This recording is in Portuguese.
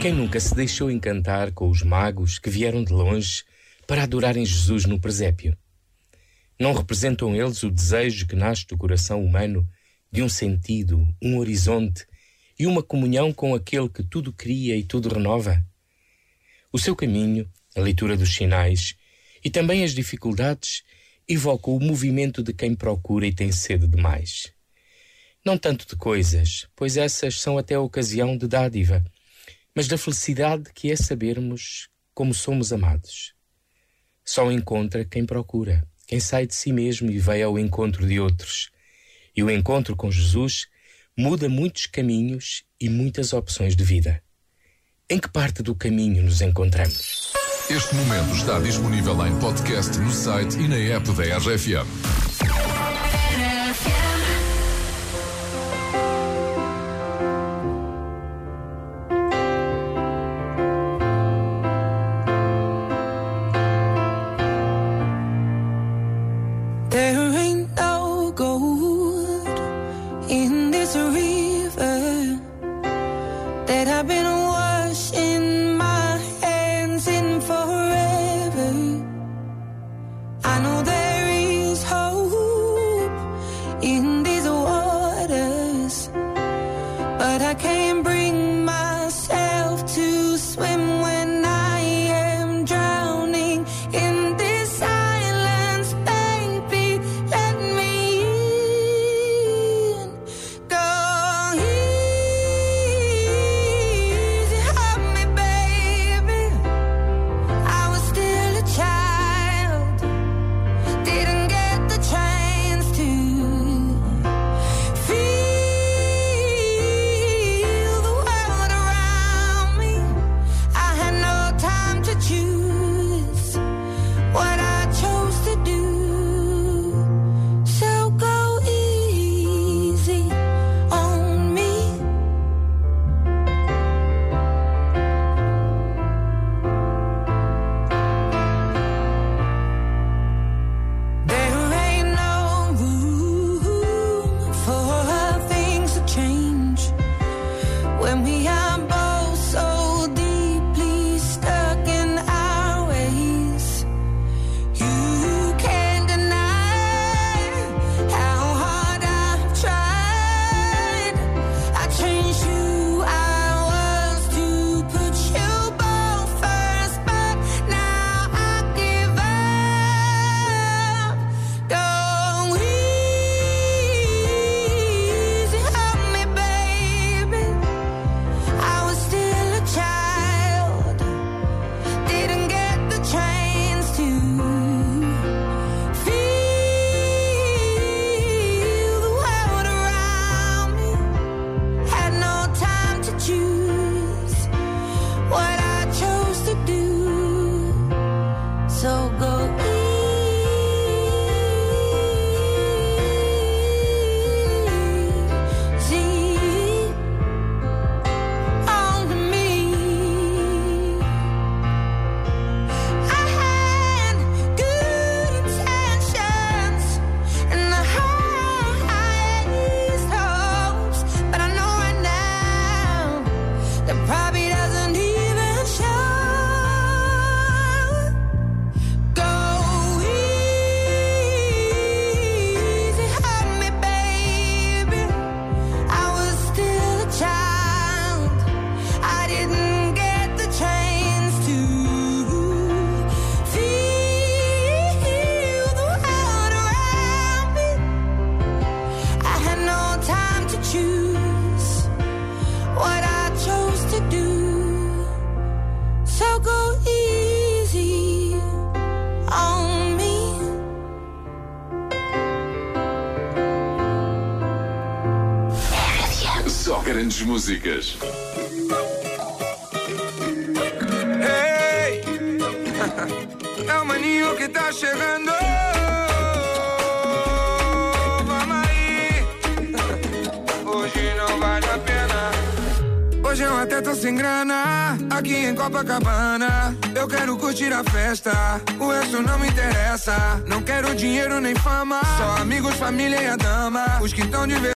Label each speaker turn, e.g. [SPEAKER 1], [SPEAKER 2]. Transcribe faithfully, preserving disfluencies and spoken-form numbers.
[SPEAKER 1] Quem nunca se deixou encantar com os magos que vieram de longe para adorarem Jesus no presépio? Não representam eles o desejo que nasce do coração humano de um sentido, um horizonte e uma comunhão com aquele que tudo cria e tudo renova? O seu caminho, a leitura dos sinais e também as dificuldades evocam o movimento de quem procura e tem sede de mais. Não tanto de coisas, pois essas são até a ocasião de dádiva, mas da felicidade que é sabermos como somos amados. Só encontra quem procura, quem sai de si mesmo e vai ao encontro de outros. E o encontro com Jesus muda muitos caminhos e muitas opções de vida. Em que parte do caminho nos encontramos?
[SPEAKER 2] Este momento está disponível em podcast no site e na app da R F M.
[SPEAKER 3] There ain't no gold in this river that I've been washing my hands in forever. I know there is hope in these waters, but I can't bring myself to swim when I am drowning in this silence. Baby, let me in. Go easy, hold me, baby. I was still a child, didn't get the chance to feel the world around me. I had no time to choose what I chose to do. So go easy on me. There ain't no room for things to change when we are both so deeply stuck in our ways. You can't deny how hard I've tried. I changed who I was to put you both first, but now I give up. Go easy, hold me, baby. I was still a child, didn't get the chance to feel the world around me. Had no time to choose what I chose to do. So go easy on me. I had good intentions and the highest hopes, but I know right now that probably doesn't even show. Go easy, hold me, baby. I was still a child, I didn't get the chance to feel the world around me. I had no time to choose what I chose to do. So go easy on me.
[SPEAKER 2] Só grandes músicas.
[SPEAKER 4] Hey, é o maninho que tá chegando. Vamos aí, hoje não vale a pena. Hoje eu até tô sem grana, aqui em Copacabana. Eu quero curtir a festa, o resto não me interessa. Não quero dinheiro nem fama, só amigos, família e a dama. Os que tão de